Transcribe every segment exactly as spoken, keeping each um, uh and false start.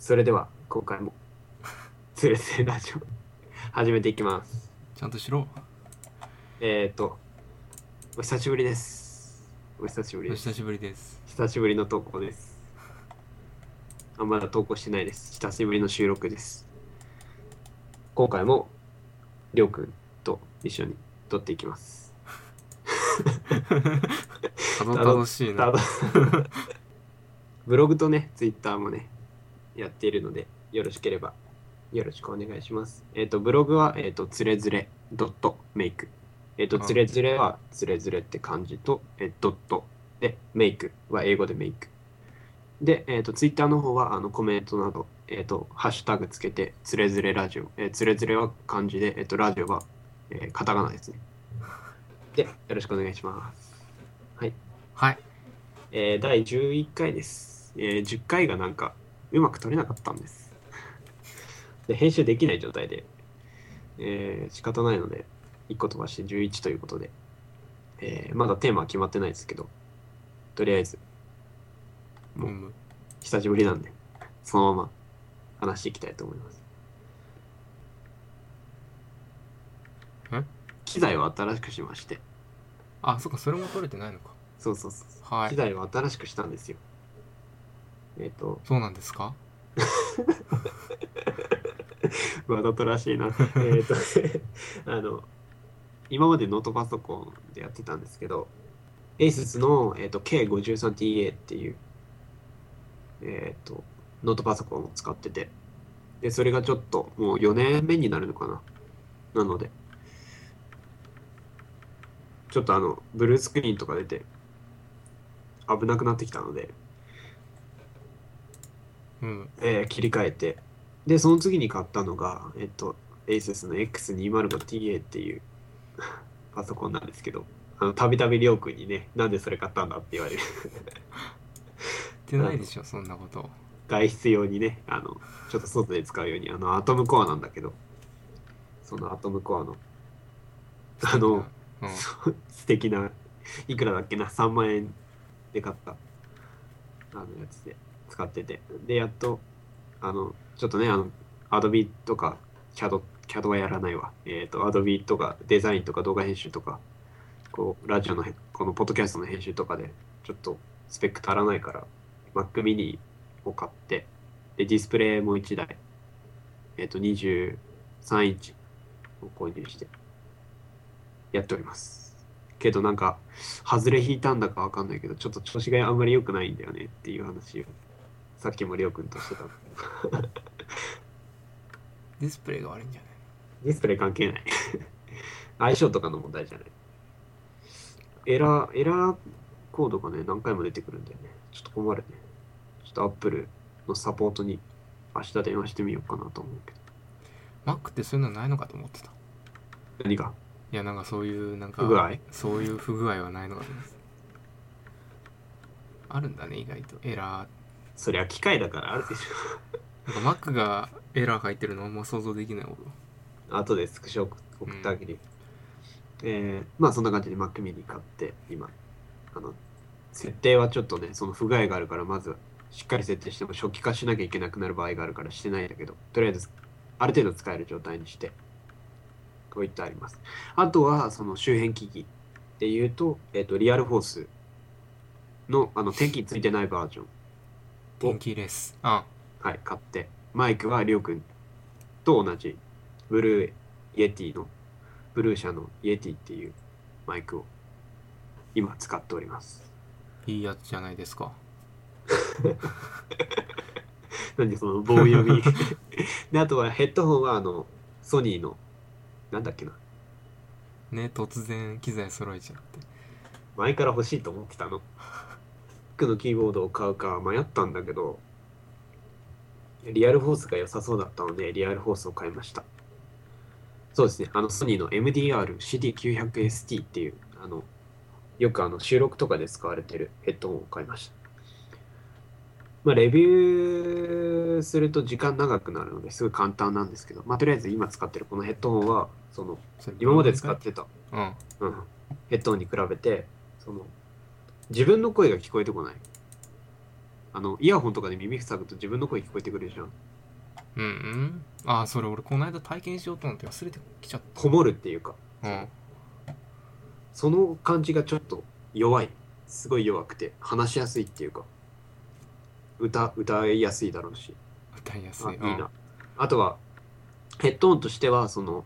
それでは今回もつれづれラジオ始めていきます。 ちゃんとしろ。 えっ、ー、とお久しぶりです。お久しぶりです。 お久しぶりです。 久しぶりの投稿です。あ、まだ投稿してないです。久しぶりの収録です。今回もりょうくんと一緒に撮っていきます。 たどたどたどしいな。 たどブログとね、ツイッターもね、やっているので、よろしければよろしくお願いします。えっ、と、ブログは、えっ、と、つれづれドットメイク。えっ、と、つあれづれはつれづれって漢字と、えードットで、メイクは英語でメイク。で、えっ、と、ツイッターの方は、あの、コメントなど、えっ、と、ハッシュタグつけて、つれづれラジオ。えー、つれづれは漢字で、えっ、と、ラジオは、えーカタカナですね。で、よろしくお願いします。はい。 はい。 えーだいじゅういっかいです。えーじゅっかいがなんか、うまく取れなかったんです。で、編集できない状態で、えー仕方ないので、いっこ飛ばしてじゅういちということで、えーまだテーマは決まってないですけど、とりあえず、もう、 うむ。 久しぶりなんで、そのまま話していきたいと思います。 え機材を新しくしまして、 あ、そっか、それも取れてないのか。 そうそうそうそう、 はい。 機材を新しくしたんですよ。えっと、 そうなんですか。 わざとらしいな。えっとあの、今までノートパソコンでやってたんですけど、ASUS の、えっと ケーごじゅうさんティーエー っていう、えっと、ノートパソコンを使ってて、で、それがちょっともうよねんめになるのかな。なので、ちょっとあの、ブルースクリーンとか出て危なくなってきたので、 うん。 えー切り替えて、で、その次に買ったのが、えっと、ASUS の エックスにひゃくごティーエー っていうパソコンなんですけど、あの、たびたびりょうくんにね、なんでそれ買ったんだって言われる。 言ってあの、 ないでしょ、そんなこと。 外出用にね、あの、ちょっと外で使うように、あの、アトムコアなんだけど、そのアトムコアの、 素敵な。 あの、 うん。 そう素敵な、いくらだっけな、さんまん円で買った、あの、やつで使ってて。で、やっと、あの、ちょっとね、あの、アドビとか、キャド、キャドはやらないわ。えっと、アドビとか、デザインとか動画編集とか、こう、ラジオのへ、このポッドキャストの編集とかで、ちょっとスペック足らないから、Mac mini を買って、で、ディスプレイもいちだい、えっと、にじゅうさんインチを購入してやっております。けどなんか、外れ引いたんだかわかんないけど、ちょっと調子があんまり良くないんだよねっていう話を、さっきもりょうくんとしてた。 ディスプレイが悪いんじゃない？ ディスプレイ関係ない。相性とかの問題じゃない。エラー、エラーコードがね、何回も出てくるんだよね。ちょっと困るね。ちょっと Apple のサポートに明日電話してみようかなと思うけど。 Mac ってそういうのないのかと思ってた。 何がいや、なんかそういう、なんか、 不具合？ そういう不具合はないのかと思ってた。あるんだね、意外と。エラー。 そりゃ機械だからあるでしなんか Mac がエラー入ってるのはもう想像できない俺は。 ょ。後でスクショうん。 送ってあげるよ。えー、まあそんな感じで Mac mini 買って、今、あの、設定はちょっとね、その不具合があるから、まずしっかり設定しても初期化しなきゃいけなくなる場合があるからしてないんだけど、とりあえずある程度使える状態にしてこういってあります。あとは、その周辺機器っていうと、えっと、リアルフォースの、あの、電気ついてないバージョン天を、 気レス。あ、 はい、買って、マイクはりょうくんと同じ、ブルーイエティの、ブルー社のイエティっていうマイクを今使っております。 いいやつじゃないですか。 なんでその棒読みで、あとはヘッドホンは、あの、ソニーの、なんだっけな、 ね、突然機材揃えちゃって。 前から欲しいと思ってたの。Mac のキーボードを買うか迷ったんだけど、リアルフォースが良さそうだったので、リアルフォースを買いました。そうですね。あの、ソニーの エムディーアールシーディーきゅうひゃくエスティー っていう、あの、よくあの、収録とかで使われてるヘッドホンを買いました。まあ、レビューすると時間長くなるのですごい簡単なんですけど、まあ、とりあえず今使ってるこのヘッドホンは、その、 それブ今までログに書いて。 使ってた、 うん。 うん、ヘッドホンに比べて、その、自分の声が聞こえてこない。 あのイヤホンとかで耳塞ぐと自分の声聞こえてくるじゃん。 うんうん。ああ、それ俺この間体験しようと思って忘れてきちゃっこもるっていうか、 た。うん。 その感じがちょっと弱い。すごい弱くて話しやすいっていうか、歌歌いやすいだろうし、 歌いやすい。 あいいな。あとはヘッドホンとしてはその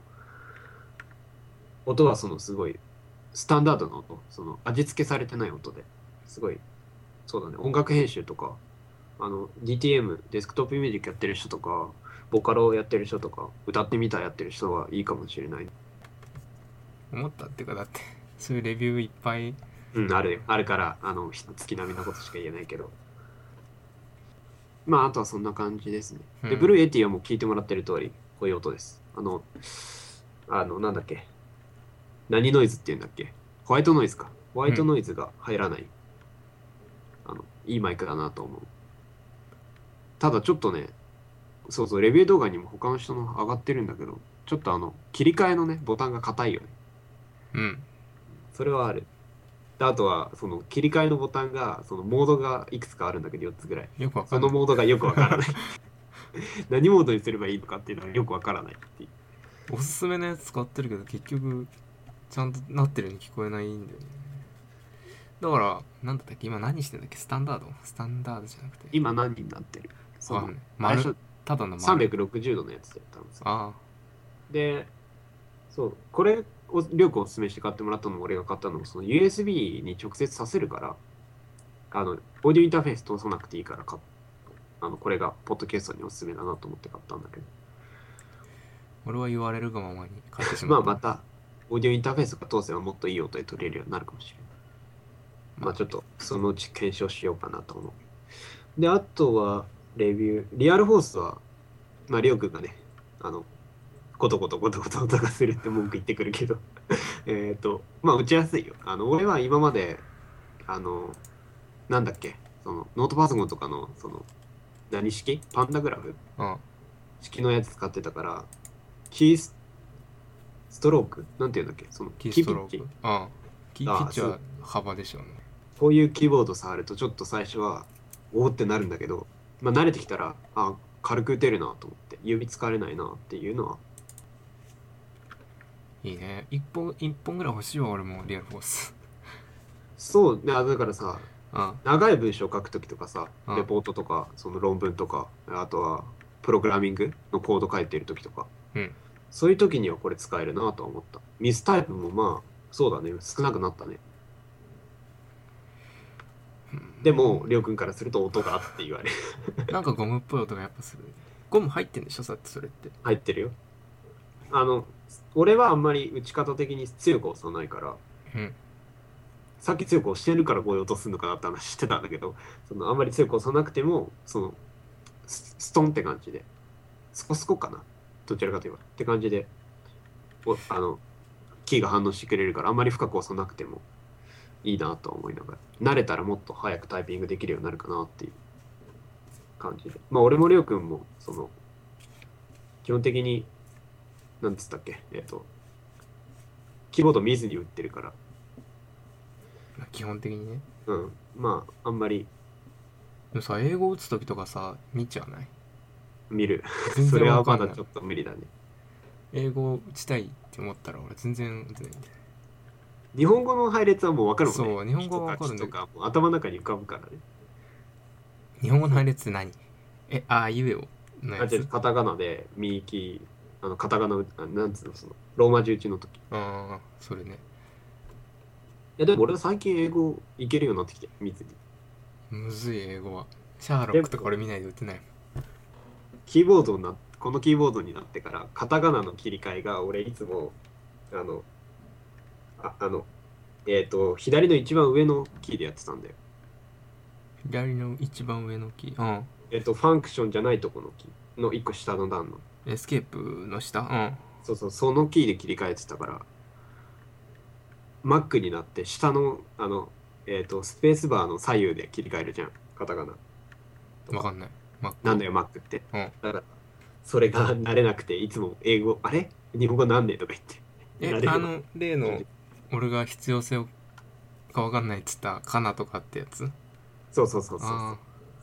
音はそのすごいスタンダードな音、その味付けされてない音ですごい、そうだね、音楽編集とか、あの ディーティーエム デスクトップミュージックやってる人とか、ボカロやってる人とか、歌ってみたやってる人はいいかもしれない。 うん。思ったっていうか、だってそういうレビューいっぱい。 うん、あるよ。あるから、あの、月並みなことしか言えないけど。まあ、あとはそんな感じですね。で、 うん。 ブルーエティはもう聞いてもらってる通り、こういう音です。あの、あの、なんだっけ。何ノイズって言うんだっけ。ホワイトノイズか。ホワイトノイズが入らない。あの、いいマイクだなと思う。ただちょっとね、そうそう、レビュー動画にも他の人の上がってるんだけど、ちょっとあの、切り替えのね、ボタンが硬いよね。 うん。 それはある。であとは、その切り替えのボタンが、そのモードがいくつかあるんだけど、よっつぐらい。そよくわかんない。 のモードがよくわからない。何モードにすればいいのかっていうのはよくわからないっていう。 おすすめのやつ使ってるけど結局ちゃんとなってるように聞こえないんだよね。だからなんだったっけ、今何してんだっけ、スタンダードスタンダードじゃなくて。 今何になってるそのわかんない。丸、 最初ただのさんびゃ丸。 くろくじゅうどのやつでやったんですよ。 あで、そう、これをりょうくんおすすめして買ってもらったのも俺が買ったのも、その ユーエスビー に直接させるから、あの、オーディオインターフェース通さなくていいから買っあの、これがポッドキャストにおすすめだなと思って買ったんだけど。 あ、俺は言われるがままに買ってしまった。 まあまた、オーディオインターフェースが通せばもっといい音で取れるようになるかもしれない。まあちょっと、そのうち検証しようかなと思う。で、あとは、レビュー。リアルフォースは、まあ、りょうくんがね、あの、コトコトコトコト音がするって文句言ってくるけどえっと、まあ打ちやすいよ。あの、俺は今まで、あの、なんだっけ、その、ノートパソコンとかの、その、何式パンダグラフあ式のやつ使ってたから、キース、ストロークなんていうんだっけその、 キーキーピッチストローク。ああキーピッチは幅でしょうね。 こういうキーボード触るとちょっと最初はおーってなるんだけど、まあ慣れてきたら、あ、軽く打てるなと思って、指疲れないなっていうのは、 いいね。一本一本ぐらい欲しいわ俺もリアルフォース。 そうね、あだからさ、 あ長い文章を書くときとかさ、 あレポートとか、その論文とか、あとはプログラミングのコード書いてるときとか、 うんそういうときにはこれ使えるなとは思った。ミスタイプもまあ、そうだね、少なくなったね。でも、りょうくんからすると音がって言われる。 なんかゴムっぽい音がやっぱする。ゴム入ってんでしょさってそれって。 入ってるよ。あの、俺はあんまり打ち方的に強く押さないから、 うんさっき強く押してるからこういう音するのかなって話してたんだけど、そのあんまり強く押さなくても、その、スストンって感じで、スコスコかなどちらかといえば。って感じで、おあの、キーが反応してくれるから、あんまり深く押さなくてもいいなと思いながら、慣れたらもっと早くタイピングできるようになるかなっていう感じで。まあ、俺もりょうくんも、その、基本的に、なんつったっけ、えっと、キーボード見ずに打ってるから、 まあ基本的にね。 うん、まあ、あんまりでもさ英語打つ時とかさ見ちゃわない？ 見る。 全それ然わかんない。 はまだちょっと無理だね。 英語打ちたいって思ったら俺全然打てないんだよね。 日本語の配列はもう分かるもんね。 そう日本語は分かるんだけど、 とかもう頭の中に浮かぶからね。 日本語の配列って何？えああいうえおのあ、 やつ？ じゃカタカナで右キー、あのカタカナ、あなんつうの、その、ローマ字打ちの時。いああそれね。 や、でも俺は最近英語いけるようになってきて、見ずに。 むずい英語は。シャーロックとか俺見ないで打てない。 キーボードにな、このキーボードになってから、カタカナの切り替えが、俺いつも、あの、あ、あの、えっと、左の一番上のキーでやってたんだよ。 左の一番上のキー。うん。 えっと、ファンクションじゃないとこのキーの一個下の段の。 エスケープの下。うん。 そうそう、そのキーで切り替えてたから、Mac になって下の、あの、えっと、スペースバーの左右で切り替えるじゃん、カタカナ。 わかんない。マック。 なんだよ、Mac って。 うん。 だから、それが慣れなくて、いつも英語、あれ日本語なんねとか言って。 え慣れるあの例の俺が必要性がわかんないっつったかなとかってやつ？ そうそうそうそう。 あ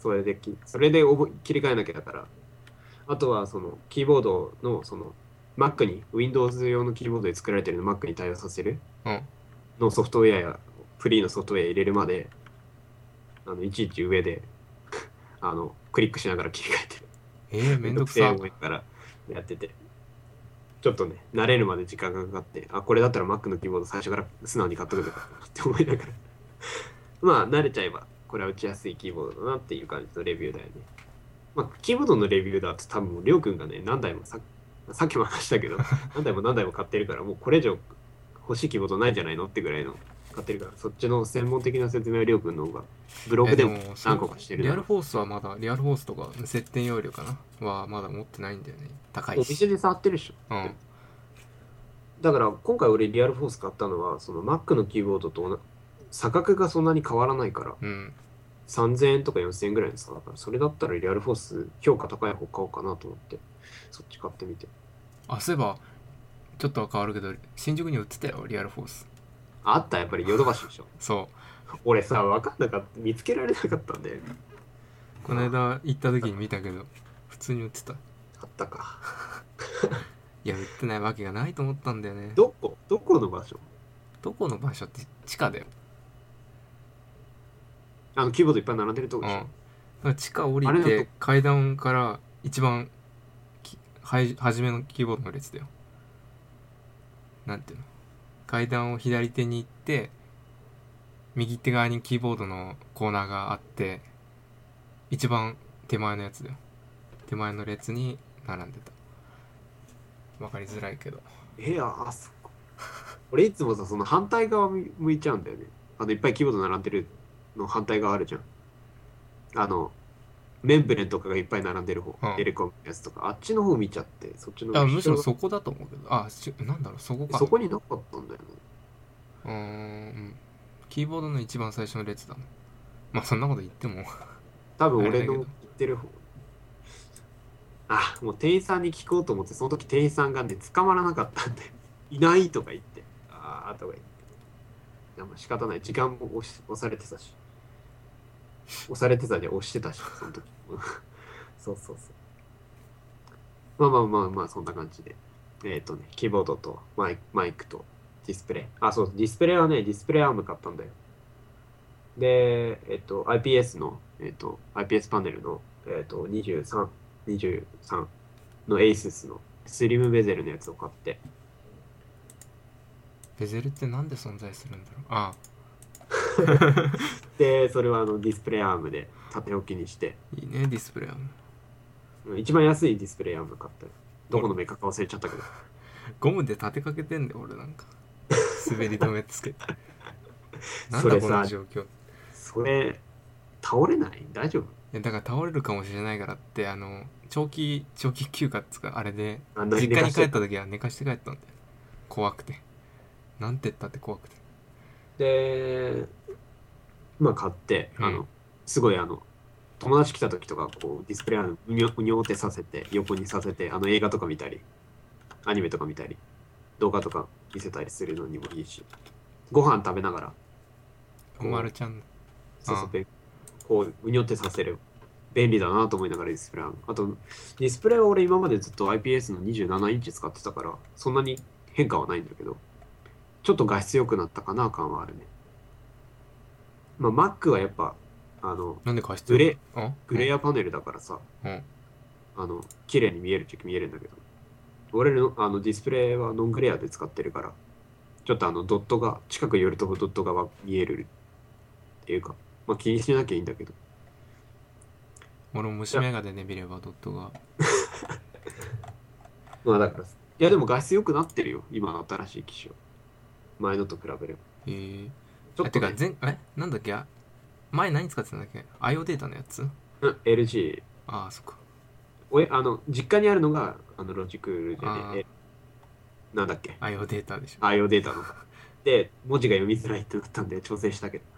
それでき、それで覚え切り替えなきゃだから。あとは、その、キーボードの、その、Mac に、Windows 用のキーボードで作られてるのを Mac に対応させるうんのソフトウェアや、フリーのソフトウェア入れるまで、あの、いちいち上で、あの、クリックしながら切り替えてる。 えー、めんどくさ。 思いからやってて。ちょっとね、慣れるまで時間がかかって、あ、これだったら Mac のキーボード最初から素直に買っとくべきだったって思いながら。まあ、慣れちゃえば、これは打ちやすいキーボードだなっていう感じのレビューだよね。まあ、キーボードのレビューだと多分、りょうくんがね、何台もさ、さっきも話したけど、何台も何台も買ってるから、もうこれ以上欲しいキーボードないんじゃないのってぐらいの買ってるから、そっちの専門的な説明はりょうくんの方が、ブログでも何個かしてるリアだろう。 ルフォースはまだリアルフォースとか接点容量かなはまだ持ってないんだよね。高いし。 お店で触ってるでしょ。 うんだから今回俺リアルフォース買ったのは、その Mac のキーボードと同じ差額がそんなに変わらないから、 うんさんぜんえんとかよんせんえんぐらいの差だから、それだったらリアルフォース評価高い方買おうかなと思って、そっち買ってみて。 あ、そういえばちょっとは変わるけど新宿に売ってたよリアルフォース。 あった、やっぱりヨドバシでしょ。 そ俺さ、分かんなかった、見つけられなかったんだよね。 うこの間行った時に見たけど普通に売ってた。 あったか。 いや売ってないわけがないと思ったんだよね。 どこどこの場所？ どこの場所って地下だよ。 あの、キーボードいっぱい並んでるとこでしょ。 うんだから地下降りあれのてと階段から一番きは初めのキーボードの列だよ。なんていうの、階段を左手に行って右手側にキーボードのコーナーがあって一番手前のやつだよ。手前の列に並んでた。わかりづらいけど。 えあ、あそこ。俺いつもさ、その反対側向いちゃうんだよね。あの、いっぱいキーボード並んでるの反対側あるじゃん。あの、メンブレンとかがいっぱい並んでる方、 うんエレコムのやつとか、あっちの方見ちゃって、そっちのあ、むしろそそこだと思うけど。あしなんだろう、そこかな。 そこになかったんだよね。 うーんうんキーボードの一番最初の列だもん。まあそんなこと言っても多分あれだけど俺の言ってる方。あ、もう店員さんに聞こうと思って、その時店員さんがね、捕まらなかったんで、いないとか言って、あーとか言って。いや、まあ仕方ない。時間も押し押されてたし。押されてたで押してたし、その時。そうそうそう。まあまあまあまあ、そんな感じで。えっ、とね、キーボードとマイク、マイクとディスプレイ。あ、そう、ディスプレイはね、ディスプレイアーム買ったんだよ。で、えっ、と、アイピーエス の、えっ、と、アイピーエス パネルの、えっ、と、にじゅうさん、にじゅうさんの ASUS のスリムベゼルのやつを買って。 ベゼルってなんで存在するんだろう。あで、それはあのディスプレイアームで縦置きにして、 あいいねディスプレイは。 うん一番安いディスプレイアーム買ったよ。どこのメーカーか忘れちゃったけど。 ゴムで立てかけてんだよ俺なんか。滑り止めつけて。なんそれだこのさ、 状況。いそれ、倒れない大丈夫？ やだから倒れるかもしれないからってあの長期長期休暇っつうかあれであ実家に帰った寝か時は寝かして帰ったんだよ。怖くて。なんて言ったって怖くて。 で、まあ買って、あの、 うんすごいあの、友達来た時とか、こう、ディスプレイアームうにょうにょってさせて、横にさせて、あの映画とか見たり、アニメとか見たり、動画とか見せたりするのにもいいし、ご飯食べながら、 おまるちゃん。 そうそう、べこう、うにょってさせる。便利だなと思いながらディスプレイアーム。あと、ディスプレイは俺今までずっと アイピーエス のにじゅうななインチ使ってたから、そんなに変化はないんだけど、ちょっと画質良くなったかな感はあるね。まあ、Mac はやっぱ、あの、 なんで貸してグレ、 あグレアパネルだからさ、 うんあの、綺麗に見えるっちゃ見えるんだけど、俺のあのディスプレイはノングレアで使ってるから、ちょっとあのドットが、近く寄るとドットが見えるっていうか、まあ気にしなきゃいいんだけど。 俺も虫眼鏡で見ればドットが。 まあだから、いやでも画質良くなってるよ、今の新しい機種は。前のと比べれば。 えー、 ちょっと、 あてかね、 前えなんだっけあ前何使ってたんだっけ アイオー データのやつ。 うん エルジー。 ああそっか。 おえ、あの、実家にあるのが、あの、ロジクールじゃあねえ、なんだっけ、 アイオー データでしょ。 アイオー データの。で、文字が読みづらいってなったんで調整したけど。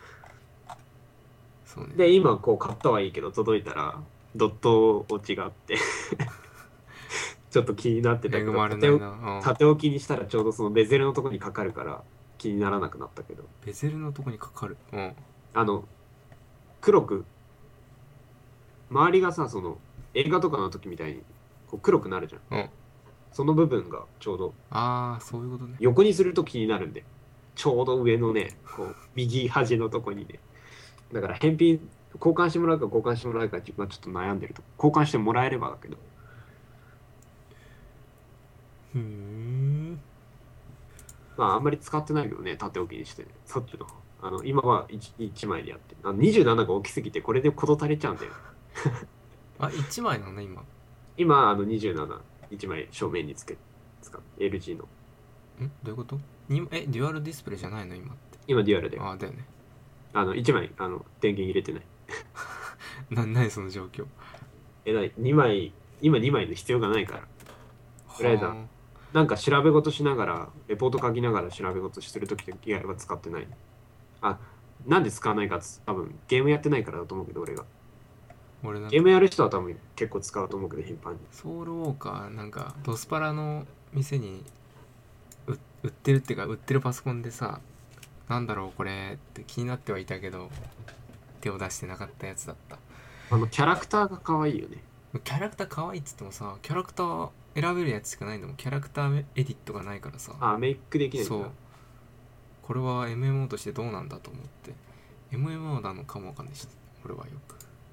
そうね。 で、今こう買ったはいいけど、届いたら、ドット落ちがあってちょっと気になってた恵けど、 まれない縦置な。うん縦置きにしたらちょうどそのベゼルのとこにかかるから気にならなくなったけど、 ベゼルのとこにかかる。うんあの、黒く周りがさ、その映画とかの時みたいにこう黒くなるじゃん。 うん。 その部分がちょうどああ、そういうことね。 横にすると気になるんで、ちょうど上のね、こう右端のとこにね。だから返品、交換してもらうか交換してもらうか、まあ、ちょっと悩んでると。交換してもらえればだけど。 ふーん。 まああんまり使ってないけどね、縦置きにして、ね、そっちの方。あの、今は 1, 一枚でやってあのにじゅうななが大きすぎて、これで事足りちゃうんだよ。 あ、いちまいなの今。 今、あのにじゅうなな、いちまい正面につけ、使う。エルジー の。 んどういうこと？にえ、デュアルディスプレイじゃないの今って。 今、デュアルで。 ああ、だよね。 あの、いちまい、あの、電源入れてない。 な、なにその状況。 えらい、にまい、今にまいの必要がないから。とりあえずは、 はなんか調べ事しながら、レポート書きながら調べ事するとき以外は使ってない。あ、なんで使わないかっつ多分ゲームやってないからだと思うけど、俺が。 あ。俺なんかゲームやる人は多分結構使うと思うけど、頻繁に。 ソウルウォーカーなんかドスパラの店に売売ってるっていうか売ってるパソコンでさ、なんだろうこれって気になってはいたけど手を出してなかったやつだった。 あの、キャラクターが可愛いよね。 キャラクター可愛いっつってもさ、キャラクター選べるやつしかないんだもん。キャラクターエディットがないからさ。 あ、メイクできないんだ。 そう、これは エムエムオー としてどうなんだと思って。 エムエムオー なのかもわかんないし、俺はよく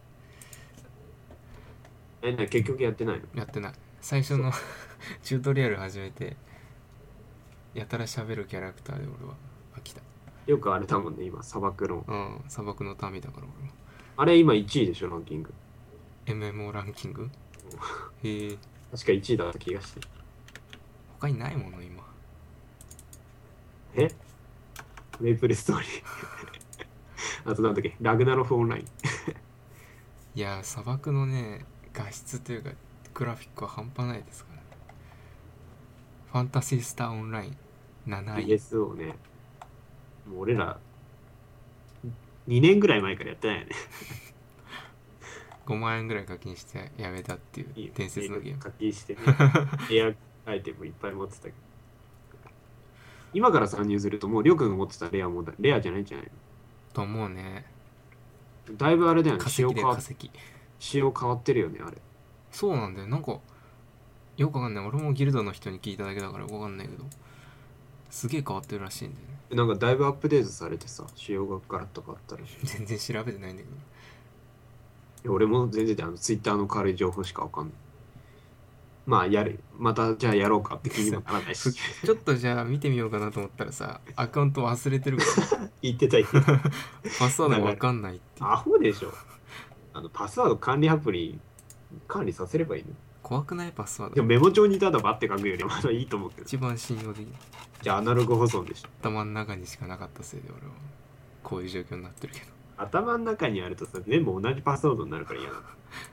え、な、結局やってないの？ やってない。最初のチュートリアル始めてやたら喋るキャラクターで俺は飽きた。 よくあれだもんね、今、砂漠の。 うん、砂漠の民だから俺は。 あれ今いちいでしょ、ランキング。 エムエムオー ランキング。へえ。 確かいちいだった気がして。 他にないもの今。 えメイプルストーリー。あとなんだっけ、ラグナロフオンライン。 いや砂漠のね画質というかグラフィックは半端ないですから。ファンタシースターオンラインなない。 ピーエスオー ね。もう俺ら、にねんぐらい前からやってないよね。 ごまん円ぐらい課金してやめたっていういいよ伝説のゲーム。 課金してね。エアアイテムいっぱい持ってたけど。今から参入するともうりょうくんが持ってたレアもレアじゃないんじゃないと思うね。 の？だいぶあれだよね。 化仕様変わ石で化石。 仕様変わってるよね、あれ。 そうなんだよ。なんかよくわかんない。俺もギルドの人に聞いただけだからよくわかんないけど、すげえ変わってるらしいんだよね。 なんかだいぶアップデートされてさ、仕様がガラッと変わったらしい。 全然調べてないんだけど。 いや俺も全然あのツイッターの軽い情報しかわかんない。まあやる。またじゃあやろうかって気にもならないし。 ちょっとじゃあ見てみようかなと思ったらさ、アカウント忘れてるから言ってた言ってた。 パスワードがわかんないっていう。 アホでしょ。あのパスワード管理アプリ管理させればいいの。 怖くない？パスワードでもメモ帳にただバッて書くよりまだいいと思うけど。 一番信用できない。 じゃあアナログ保存でしょ。 頭の中にしかなかったせいで俺はこういう状況になってるけど。 頭の中にあるとさ、全部同じパスワードになるから嫌なの。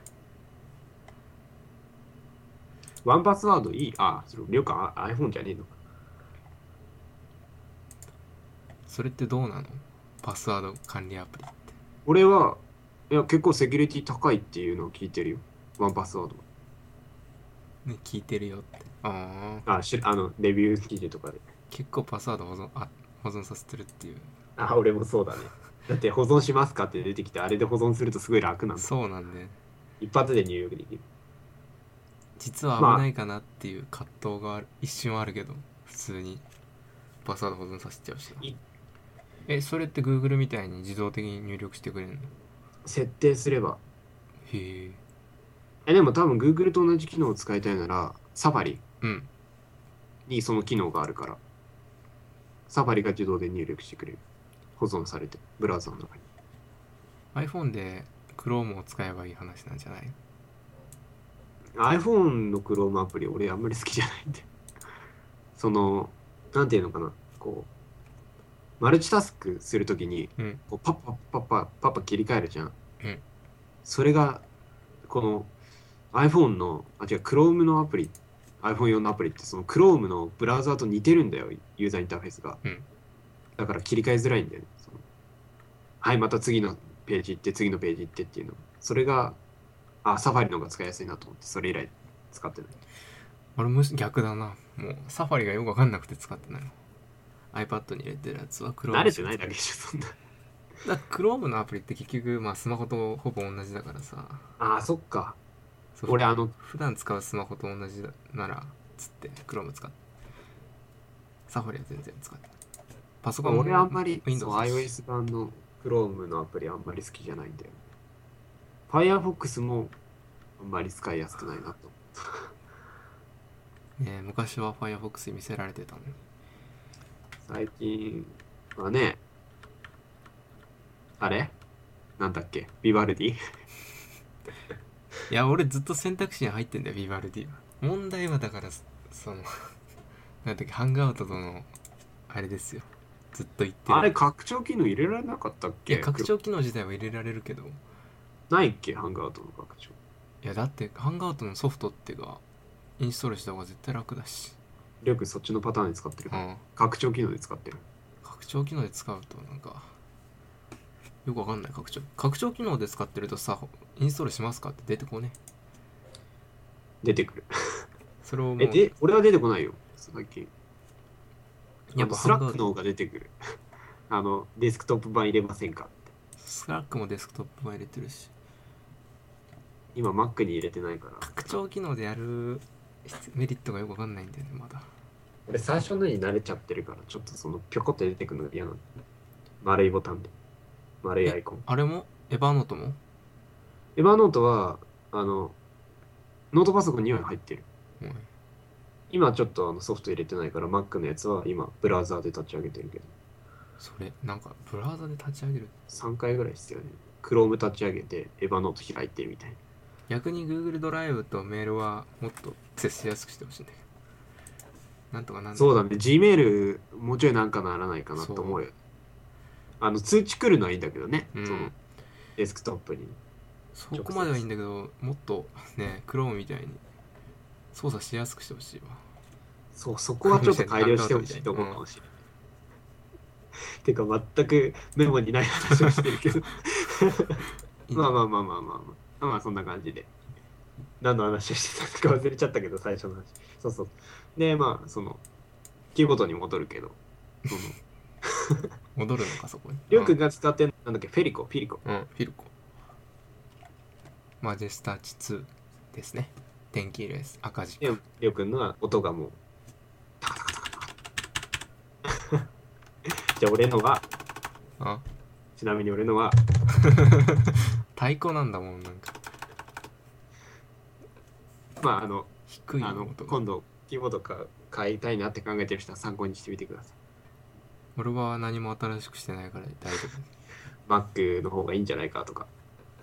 ワンパスワードいい。あ、それ、りょうか iPhone じゃねえのか。 それってどうなの？パスワード管理アプリって。 俺は、いや、結構セキュリティ高いっていうのを聞いてるよ。ワンパスワード。 ね、聞いてるよって。ああ、 あ、しあの、レビュー記事とかで。 結構パスワード保存あ保存させてるっていう。 あ、俺もそうだね。だって保存しますかって出てきて、あれで保存するとすごい楽なんだ。 そうなんで、 一発で入力できる。 実は危ないかなっていう葛藤がある、一瞬あるけど普通にパスワード保存させちゃうしな。 いえ、それって Google みたいに自動的に入力してくれるの？ 設定すれば。 へえ。 え、でも多分 Google と同じ機能を使いたいなら、サファリうん。 にその機能があるから、サファリが自動で入力してくれる。保存されて、ブラウザの中に。 iPhone で Chrome を使えばいい話なんじゃない？ iPhone の Chrome アプリ俺あんまり好きじゃないんで。その、なんていうのかな、こう、マルチタスクするときに、 うん。 こうパッパッパッパッパッパ切り替えるじゃん。 うん。 それが、この iPhone の、あ、違う、Chrome のアプリ、iPhone 用のアプリってその Chrome のブラウザーと似てるんだよ、ユーザーインターフェースが。 うん。 だから切り替えづらいんだよね。そのはい、また次のページ行って、次のページ行ってっていうの。それが、あ、サファリの方が使いやすいなと思って、それ以来使ってない。 俺むし逆だな。もうサファリがよくわかんなくて使ってないの。 iPad に入れてるやつは Chrome 慣れてないだけでしょ、そんな。 だ Chrome のアプリって結局まあスマホとほぼ同じだからさ、 ああ、そっか。 そう俺あの、 普段使うスマホと同じだならつって Chrome 使って、サファリは全然使ってない。パソコンも俺あんまり、そう、 Windows だし。 iOS 版の Chrome のアプリあんまり好きじゃないんだよ。Firefox もあんまり使いやすくないなと。 ね、昔は Firefox 見せられてたのに。 最近はね、あれなんだっけビバルディ。 いや俺ずっと選択肢に入ってんだよビバルディは。問題はだからそのなんだっけハンガウトとのあれですよ、ずっと言ってる。 あれ拡張機能入れられなかったっいけ？ や拡張機能自体は入れられるけど、 ないっけハンガウトの拡張。 いやだってハンガウトのソフトってがインストールした方が絶対楽だし。 りょうくんそっちのパターンで使ってる。 うん、 拡張機能で使ってる。 拡張機能で使うとなんかよくわかんない。拡張拡張機能で使ってるとさ、インストールしますかって出てこね。 出てくる。 それをもうえ、で、俺は出てこないよ。最近。 やっぱスラックの方が出てくる。あの、デスクトップ版入れませんかって。 スラックもデスクトップ版入れてるし、 今 Mac に入れてないから。 拡張機能でやるメリットがよくわかんないんだよねまだ。 俺最初のに慣れちゃってるから、ちょっとそのぴょこって出てくるのが嫌なの。丸いボタンで。丸いアイコン。 あれもエヴァノートもエヴァノートは、あの、ノートパソコンには入ってる。 うん、 今ちょっとあのソフト入れてないから Mac のやつは今ブラウザーで立ち上げてるけど。 それなんかブラウザで立ち上げる。 さんかいぐらいしてよね。Chrome 立ち上げてエヴァノート開いてみたいな。 逆に Google ドライブとメールはもっと接しやすくしてほしいんだけど。なんとかなんそうだね。Gmail もうちょいなんかならないかなと思うよ。あの通知来るのはいいんだけどね。 うん、 そのデスクトップに。 そこまではいいんだけど、もっとね Chrome みたいに操作しやすくしてほしいわ。 そう、そこはちょっと改良してほしいと思うかもしれない。うん、てか全くメモにない話をしてるけどまあまあまあまあまあまあまあそんな感じで何の話をしてたのか忘れちゃったけど最初の話。そうそう。でまあそのキーボードに戻るけどその戻るのかそこに。 りょうくんが使ってるなんだっけフェリコフィリコ。 うん、フィルコ。マジェスターチツーですね。電気入れです。赤字。 りょうくんのは音がもうタカタカタカタカじゃあ俺のはあちなみに俺のは太鼓なんだもんなんか。 まああの低いあの音が。 今度キーボードか買いたいなって考えてる人は参考にしてみてください。 俺は何も新しくしてないから大丈夫。Mac の方がいいんじゃないかとか。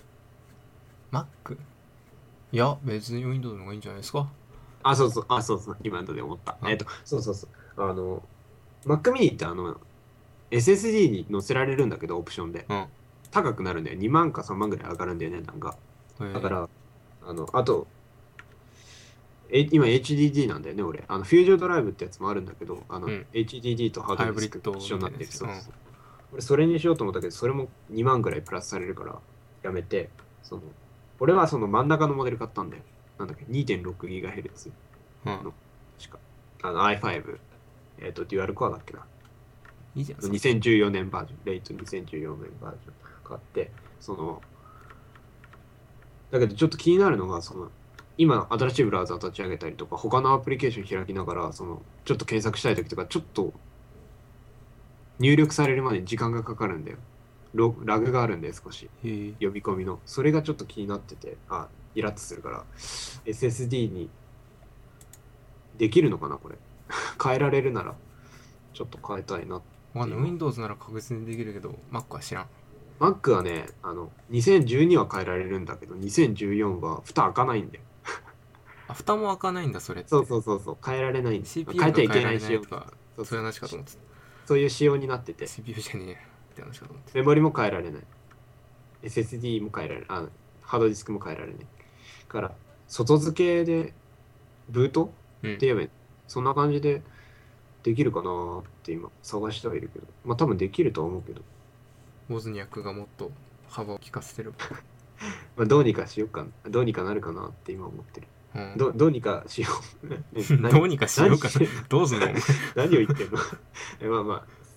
Mac？ いや別に Windows の方がいいんじゃないですか。 あ、そうそう、あ、そうそう、今ので思った。えっと、そうそうそう。あの、Mac mini ってあの、エスエスディー に載せられるんだけど、オプションで。 うん、 高くなるんだよ。にまんかさんまんぐらい上がるんだよね、なんか。だから、あの、あと、え今 エイチディーディー なんだよね、俺。あの、フュージョンドライブってやつもあるんだけど、あの、うん、エイチディーディー とハードディスク一緒になってる。そうそう。俺、それにしようと思ったけど、それもにまんぐらいプラスされるから、やめて、その、俺はその真ん中のモデル買ったんだよ。なんだっけ、にてんろくギガヘルツ の、うん、確か。あの アイファイブ、えっ、ー、と、デュアルコアだっけな。 いいじゃん。 にせんじゅうよねんバージョン、レイトにせんじゅうよねんバージョン買って、その、だけどちょっと気になるのが、その、今、新しいブラウザ立ち上げたりとか、他のアプリケーション開きながら、その、ちょっと検索したいときとか、ちょっと、入力されるまでに時間がかかるんだよ。ラグがあるんで、少し。呼び込みの。それがちょっと気になってて、あ、イラッとするから、エスエスディー にできるのかな、これ。変えられるなら、ちょっと変えたいな。 わかんない。Windows なら確実にできるけど、Mac は知らん。 Mac はね、あの、にせんじゅうには変えられるんだけど、にせんじゅうよんは蓋開かないんだよ。 あ、蓋も開かないんだ、それって。 そうそうそうそう、変えられないんだ。 シーピーユー変えちゃいけない仕様とか、そういう話かと思ってた。 そういう仕様になってて。 シーピーユー じゃねえって話かと思ってた。 メモリも変えられない。エスエスディー も変えられない。あ、ハードディスクも変えられない。から、外付けで、ブート、うん、って言えばいい。そんな感じでできるかなーって今探してはいるけど。まあ多分できるとは思うけど。 ウォズニャックがもっと幅を利かせてる。 まあどうにかしようかな。どうにかなるかなって今思ってる。うん、ど, どうにかしよう。 どうにかしようかな。どうすんの何を言ってんのまあまあ。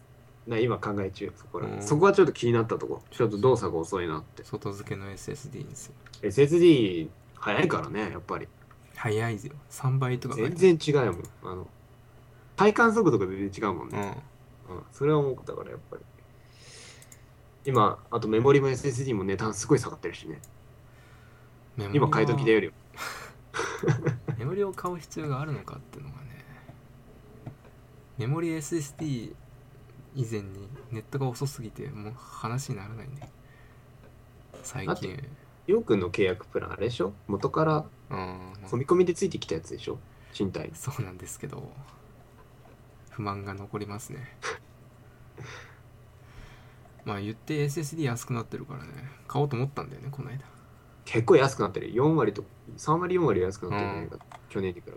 な今考え中、そこら、 うんそこはちょっと気になったとこ。ちょっと動作が遅いなって。 外付けの エスエスディー にする。 エスエスディー 早いからね、やっぱり。 早いぜよ。さんばいとか書いて全然違うもん。あの、体感速度が全然違うもんある。 ね。うん、それは思ったから、やっぱり。今、あとメモリも エスエスディー も値段すごい下がってるしね。 うん。メモリ今買い時だは、 より。 メモリを買う必要があるのかっていうのがね。メモリ エスエスディー 以前にネットが遅すぎてもう話にならないね。最だって近。 りょうくんの契約プランあれでしょ、元からうん。 込み込みでついてきたやつでしょ、賃貸。 そうなんですけど、不満が残りますね。まあ言って エスエスディー 安くなってるからね、買おうと思ったんだよね、この間。 結構安くなってる。よん割と、さん割よん割安くなってるんじゃないか。去年に比べて。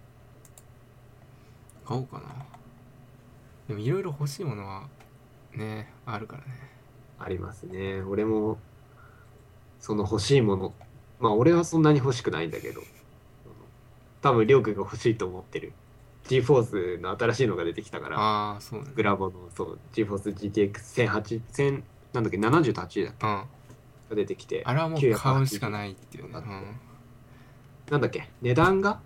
買おうかな。でもいろいろ欲しいものはね、あるからね。 ありますね。俺も、その欲しいもの。まあ俺はそんなに欲しくないんだけど、多分りょうくんが欲しいと思ってる。GeForce の新しいのが出てきたから、 ああ、そうね。 グラボの、そう、GeForce ジーティーエックスせんはちじゅう、なんだっけ、ななじゅうはちだっけ、 うん。 が出てきて、 あれはもう買うしかないっていうね。 だってうん。 なんだっけ、値段が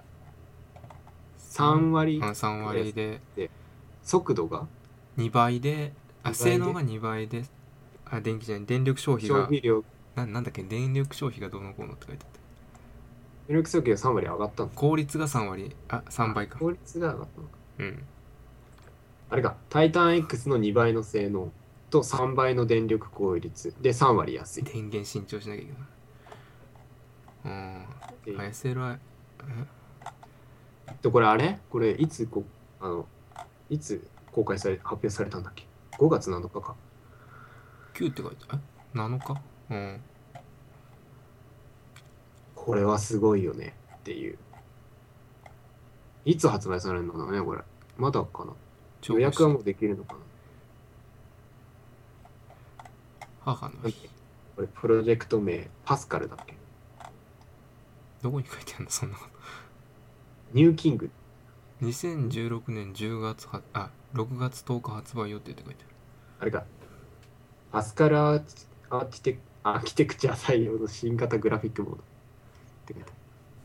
さん割うん、さん割でで、速度がにばいで、あ、 にばいで性能がにばいで、あ、電気じゃない、電力消費が、 消費量、 な、なんだっけ、電力消費がどうのこうのって書いてあった。 電力消費がさん割上がったの。 効率がさん割、あ、さんばいか。 効率が上がったのか。 うん。 あれか、タイタン X のにばいの性能とさんばいの電力効率でさん割安い。 電源新調しなきゃいけない。うん。あ、 で、 エスエルアイ、 これあれこれいつこ、あの、いつ公開され、発表されたんだっけ？ ご 月なのかか。 きゅうって書いてある。え ?なのか？うん。 これはすごいよねっていう。いつ発売されるのかなね、これ。まだかな。予約はもうできるのかな。 母の日。 なんだっけこれ、プロジェクト名、パスカルだっけ？ どこに書いてあるのそんなこニューキング。 と。にせんじゅうろくねんじゅうがつは、あ、ろくがつとおか発売予定って書いてあれか。パスカルアーチアーキテクアーキテクチャ採用の新型グラフィックモードって書いてある。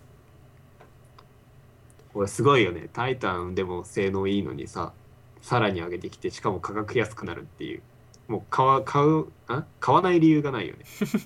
これすごいよね。タイタンでも性能いいのにさ、さらに上げてきて、しかも価格安くなるっていう。もう買わ、買う、あ買わない理由がないよね。 ある。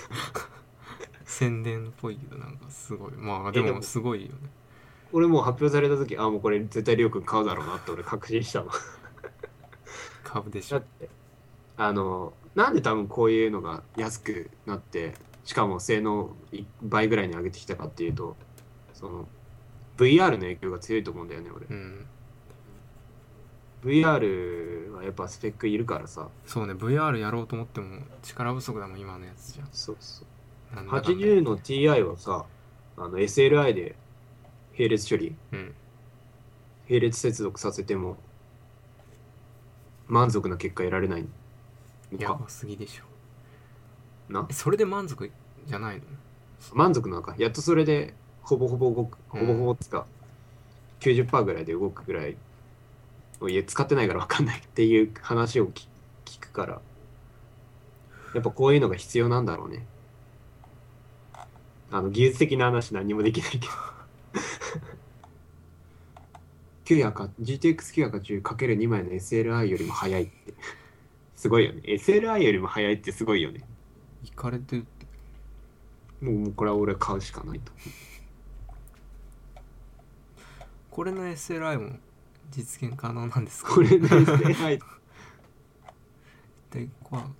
宣伝っぽいけど、なんかすごい。まあでえ、でもも、 すごいよね。 俺もう発表された時、あ、もうこれ絶対りょうくん買うだろうなって俺確信したの。 株でしょ。 だって、あの、なんで多分こういうのが安くなって、しかも性能い倍ぐらいに上げてきたかっていうと、その、ブイアール の影響が強いと思うんだよね、俺。 うん。 ブイアール はやっぱスペックいるからさ。 そうね、ブイアール やろうと思っても力不足だもん、今のやつじゃ。 そうそう。 なんだかんだはちじゅうの ティーアイ はさ、あの エスエルアイ で並列処理、 うん。 並列接続させても満足な結果得られないのかやばすぎでしょ。 な。 え、それで満足じゃないの？ 満足なのか。やっとそれでほぼほぼ動く、 うんほぼほぼつか、きゅうじゅっパーセントぐらいで動くぐらい、いや、使ってないから分かんないっていう話を聞聞くから、やっぱこういうのが必要なんだろうね。あの、技術的な話何もできないけど。きゅうひゃく、ジーティーエックスきゅうひゃくはちじゅうかけるに 枚の エスエルアイ よりも速いって。すごいよね。エスエルアイ よりも速いってすごいよね。 いかれてるって。 もう、もうこれは俺は買うしかないと。 これの エスエルアイ も実現可能なんですか？ これの エスエルアイ、 で、こは、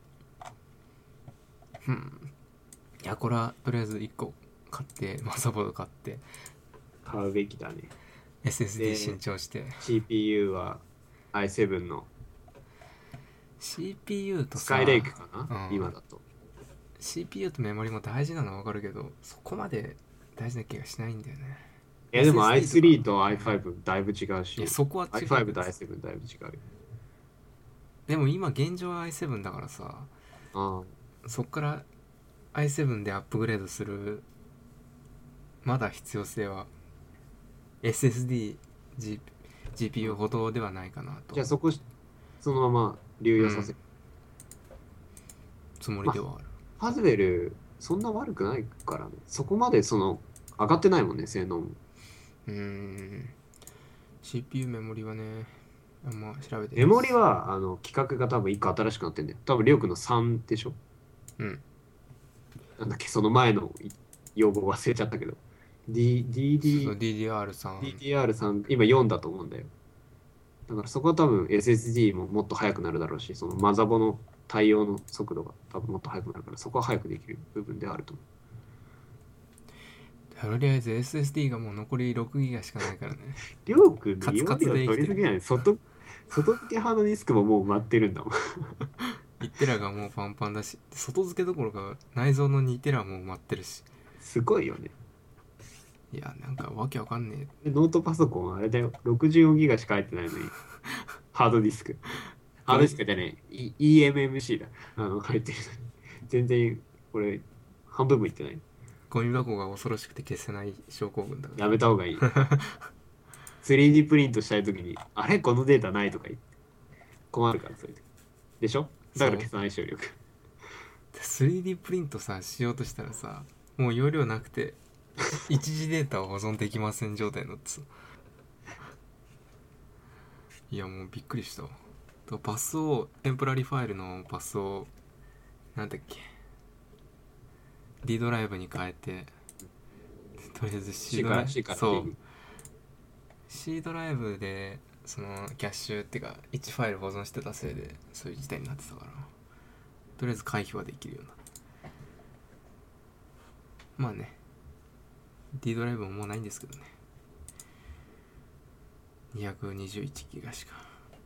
うん。いや、これはとりあえずいっこ買って、マザーボード買って、 買うべきだね。 エスエスディーで新調して。 シーピーユー は アイセブン のシーピーユー とさ、 スカイレイクかな、 うん、 今だと。 シーピーユー とメモリも大事なのはわかるけど、そこまで大事な気がしないんだよね。 いやでも アイスリーとかと アイファイブ だいぶ違うし、 いや、そこは違う。 アイファイブ と アイセブン だいぶ違うよ。 でも今現状は アイセブン だからさ、 あそっから アイセブン でアップグレードするまだ必要性は エスエスディー、G、ジーピーユー ほどではないかなと。 じゃあそこそのまま流用させる。 つもりではある。 ハズベル、そんな悪くないからね。そこまでその、上がってないもんね、性能も。 うーん シーピーユー メモリはねあんま調べてないメモリは、あの、規格が多分いっこ新しくなってんだよ。多分、りょうくんのさんでしょ。 うん。 なんだっけ、その前の用語忘れちゃったけど。D、 そう DD、 ディーディーアール さんディーディーアールさん、今よんだと思うんだよ。だからそこは多分 エスエスディー ももっと速くなるだろうし、そのマザボの対応の速度が多分もっと速くなるから、そこは速くできる部分ではあると思とりあえず エスエスディー がもう残りろくギガしかないからね。 う。りょうくんのカツカツで容量取りすぎない。外、外付けハードディスクももう埋まってるんだもん。 いちテラがもうパンパンだし、外付けどころか内蔵のにテラも埋まってるし。 すごいよね。 いや、なんかわけわかんねでノートパソコンはあれだよ。ろくじゅうよんギガしか入ってないのに、ハードディスク。ハードディスクじゃねえ、イーエムエムシー だ。あの、入ってるのに。全然、これ、半分もいってない。 え。ゴミ箱が恐ろしくて消せない症候群だから。 やめた方がいい。スリーディー プリントしたいときに、あれこのデータないとか言って。困るから、それで。でしょだから消さない省力。 スリーディー プリントさ、しようとしたらさ、もう容量なくて、一時データを保存できません状態になってさ。いや、もうびっくりしたわ。とパスを、テンポラリーファイルのパスを、なんだっけ、D ドライブに変えて、とりあえず C C ドライブ、 から C からそ D う、 に。 C ドライブで、その、キャッシュっていうか、いちファイル保存してたせいで、そういう事態になってたから、とりあえず回避はできるような。まあね、D ドライブももうないんですけどね。にひゃくにじゅういちギガしか。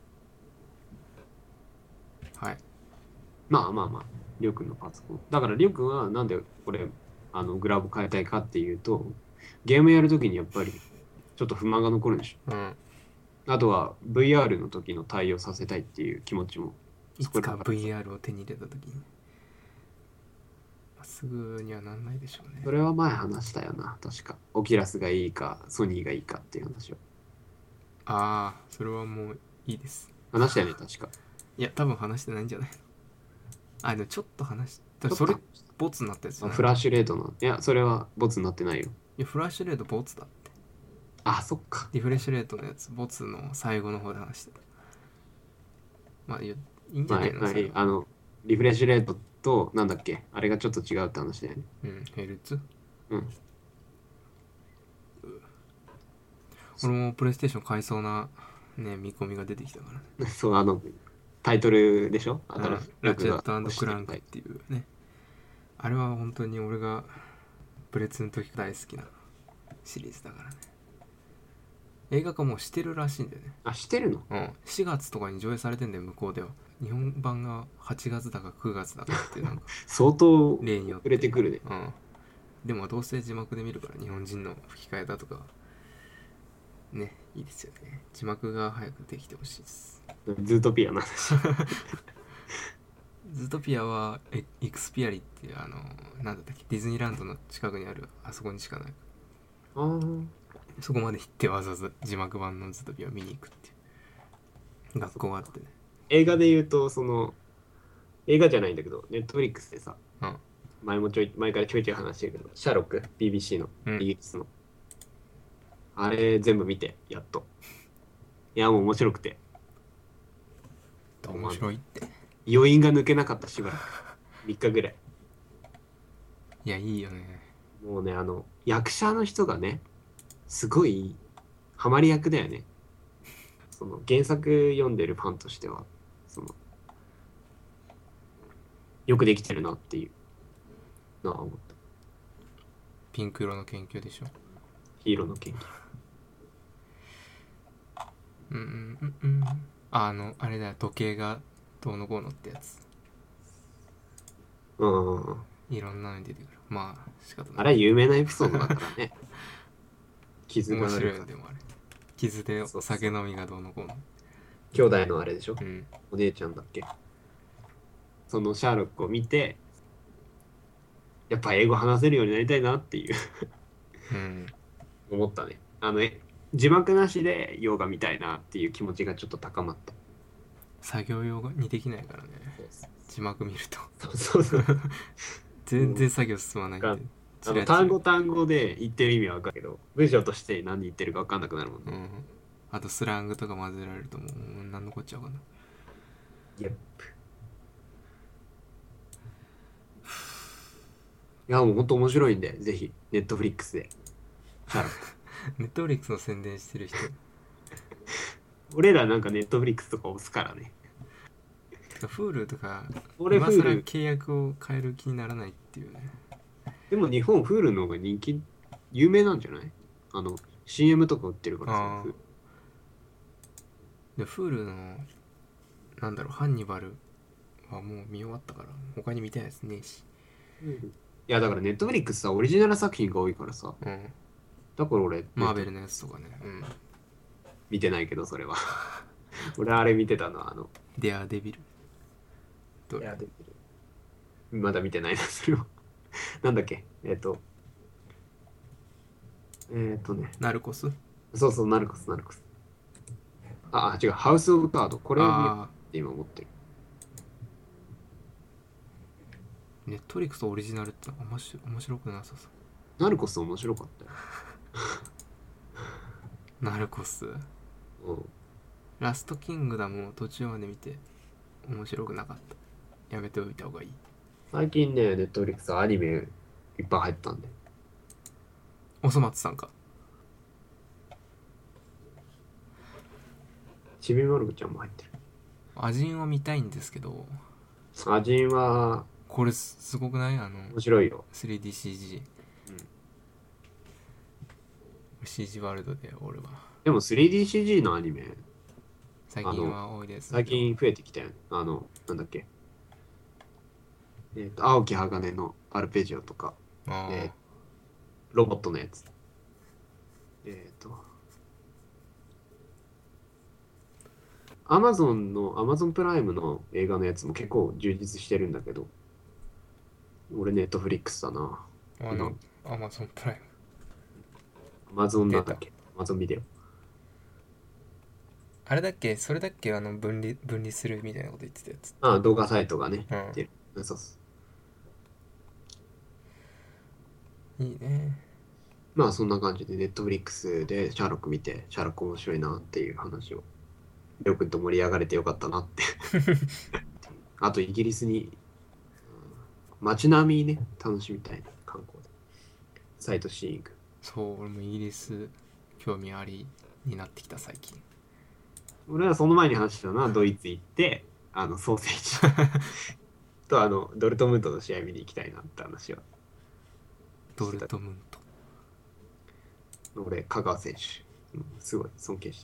はい。 まあまあまあ、りょうくんのパソコン。だからりょうくんはなんでこれ、あの、グラボ変えたいかっていうと、ゲームやるときにやっぱり、ちょっと不満が残るんでしょ。 うん。 あとは ブイアール の時の対応させたいっていう気持ちもいつかそこで分かる。 ブイアール を手に入れた時に、まあすぐにはなんないでしょうね。 それは前話したよな、確か。オキュラスがいいか、ソニーがいいかっていう話を。 ああ、それはもういいです。 話したよね、確か。 いや、多分話してないんじゃない？あ、でもちょっと話し、 ちょっとそれ、ボツになったやつじゃない？ フラッシュレートの。いや、それはボツになってないよ。 いや、フラッシュレートボツだって。 あ、そっか。 リフレッシュレートのやつ、ボツの最後の方で話してた。まあ、いいいいんじゃまあ、 ないのそれは。 あの、リフレッシュレートと、なんだっけ、あれがちょっと違うって話だよね。 うん、ヘルツ。 うん。 俺もプレイステーション買いそうな、ね、見込みが出てきたからね。 そう、あの、タイトルでしょうん、 新しいラチェッがトクランクっていうね。あれは本当に俺がプレツの時大好きなシリーズだからね。映画化もうしてるらしいんだよね。 あ、してるの？ うん、しがつとかに上映されてんだよ向こうでは。日本版がはちがつだかくがつだかっていうなんか相当例によって触れてくるね。 うん、でもどうせ字幕で見るから日本人の吹き替えだとかね、いいですよね。字幕が早くできてほしいです。 ズートピアの話。 ズートピアはエイクスピアリっていうあのなんだったっけ、ディズニーランドの近くにあるあそこにしかない。 あーそこまで行ってわざわざ字幕版のズートピアを見に行くっていう学校があってね。 映画で言うと、その、映画じゃないんだけど、ネットフリックスでさ、 うん前もちょい、前からちょいちょい話してるけど、シャーロック、ビービーシー の、 うんイギリスの。あれ全部見て、やっと。いや、もう面白くて。 面白いって。 余韻が抜けなかったしばらく。みっかぐらい。 いや、いいよね。 もうね、あの、役者の人がね、すごい、ハマり役だよね。その、原作読んでるファンとしては、その、よくできてるなっていうのは思った。 ピンク色の研究でしょ。 ヒーローの研究。 うんうんうんうん。ああの、あれだよ、時計がどうのこうのってやつ。 うん。 いろんなのに出てくる。まあ、仕方ない。 あれは有名なエピソードだからね。傷が面白いあるよ、でもあれ。傷でそうそう酒飲みがどうのこうの。 兄弟のあれでしょ、 うん。 お姉ちゃんだっけ。そのシャーロックを見て、やっぱ英語話せるようになりたいなっていううん。 思ったね。あの、え字幕なしで洋画見たいなっていう気持ちがちょっと高まった。 作業用にできないからね、字幕見るとそうそうそう。 全然作業進まないんで、 うんチラチラあの単語単語で言ってる意味は分かるけど、文章として何言ってるか分かんなくなるもんね。 うんあとスラングとか混ぜられるともう何のこっちゃわかんない。 イェップ。いや、もう本当面白いんで、ぜひ、ネットフリックスで。シャーロック。 ネットフリックスの宣伝してる人俺らなんかネットフリックスとか押すからね。 Hulu とか俺、 今更 Hulu。 契約を変える気にならないっていうね。 でも日本、Hulu の方が人気、有名なんじゃない？あの、シーエム とか売ってるからさ。 あーで Hulu のなんだろうハンニバルはもう見終わったから他に見たいやつねえし。 いや、だからネットフリックスさ、オリジナル作品が多いからさ。 うんだから俺、 マーベルのやつとかね。うん見てないけど、それは。俺、あれ見てたの、あの、 デアデビルどれいや、出てる。まだ見てないな、それは。なんだっけえっ、と、えっ、とね、 ナルコス。 そうそう、ナルコス、ナルコス。あ、あ違う、ハウス・オブ・カード。これを見ようっあて今思ってる。 ーネットフリックスオリジナルって面白面白くなさそう。 ナルコス面白かったよ。 ナルコスうんラストキングダムを途中まで見て面白くなかった。やめておいた方がいい。 最近ね、ネットフリックスアニメいっぱい入ったんで。 おそ松さんか。 ちびまる子ちゃんも入ってる。 アジンを見たいんですけど、 アジンはこれすすごくない？あの面白いよ。 スリーディーシージー、 うん、 シージー ワールドで俺はでも スリーディーシージー のアニメ、 最近は多いです。 最近増えてきたよね。あの、なんだっけ。えっ、と、青木鋼のアルペジオとか、 あー、 えーロボットのやつ。えっ、と、アマゾンの、アマゾンプライムの映画のやつも結構充実してるんだけど、俺ネットフリックスだな。 あのアマゾンプライムアマゾンなんだっけアマゾンビデオ。 あれだっけ、それだっけ、あの分離分離するみたいなこと言ってたやつ。 ああ、動画サイトがね、 うんやってる。そうそう。 いいね。 まあそんな感じでネットフリックスでシャーロック見て、シャーロック面白いなっていう話を、りょうくんと盛り上がれてよかったなって。あとイギリスに、うん街並みね、楽しみたいな、観光で。サイトシーイング。 そう俺もイギリス興味ありになってきた最近。 俺はその前に話したのはドイツ行って、あのソーセージとあのドルトムントの試合見に行きたいなって話は。 ドルトムント。 俺、香川選手、うんすごい尊敬して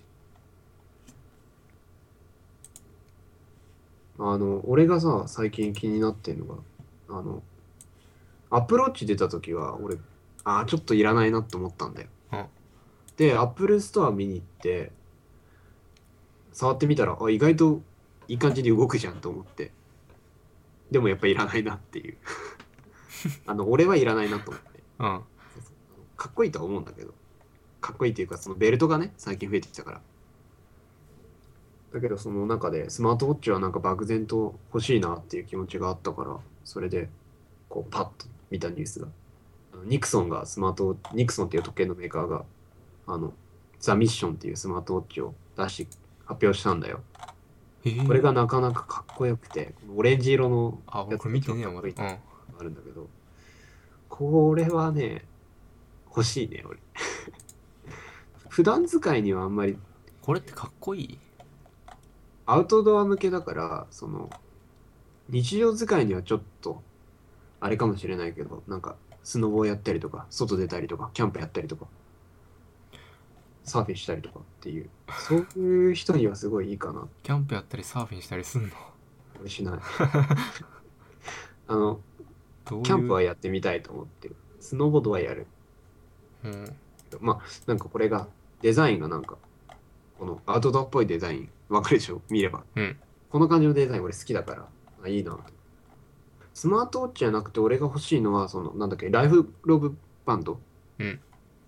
る。あの、俺がさ、最近気になってんのが、あの、アップローチ出た時は、俺、ああ、ちょっといらないなって思ったんだよ。 あで、アップルストア見に行って、触ってみたら、あ、意外といい感じに動くじゃんと思って。でもやっぱいらないなっていう。あの、俺はいらないなと思って。 あそうそうあのかっこいいとは思うんだけど、かっこいいっていうか、そのベルトがね、最近増えてきたから。だけど、その中でスマートウォッチはなんか漠然と欲しいなっていう気持ちがあったから、それで、こう、パッと見たニュースが。あのニクソンがスマートウォッチ、ニクソンっていう時計のメーカーが、あの、ザ・ミッションっていうスマートウォッチを出し、発表したんだよ。 へえ。 これがなかなかかっこよくて、このオレンジ色のあやつ俺見てねえがかっこいいよまだ。うんあるんだけど、これはね、欲しいね、俺。普段使いにはあんまりこれってかっこいい。 アウトドア向けだから、その、日常使いにはちょっと、あれかもしれないけど、なんか、スノボーやったりとか、外出たりとか、キャンプやったりとか、サーフィンしたりとかっていう、そういう人にはすごいいいかな。 キャンプやったりサーフィンしたりすんの？ 俺しない。あの、 どういうキャンプはやってみたいと思ってる。スノーボードはやる。 うんまあ、なんかこれが、デザインがなんか、このアウトドアっぽいデザイン、わかるでしょ見れば。 うんこの感じのデザイン俺好きだから、あ、いいなと。スマートウォッチじゃなくて俺が欲しいのは、その、なんだっけ、ライフロブバンドうん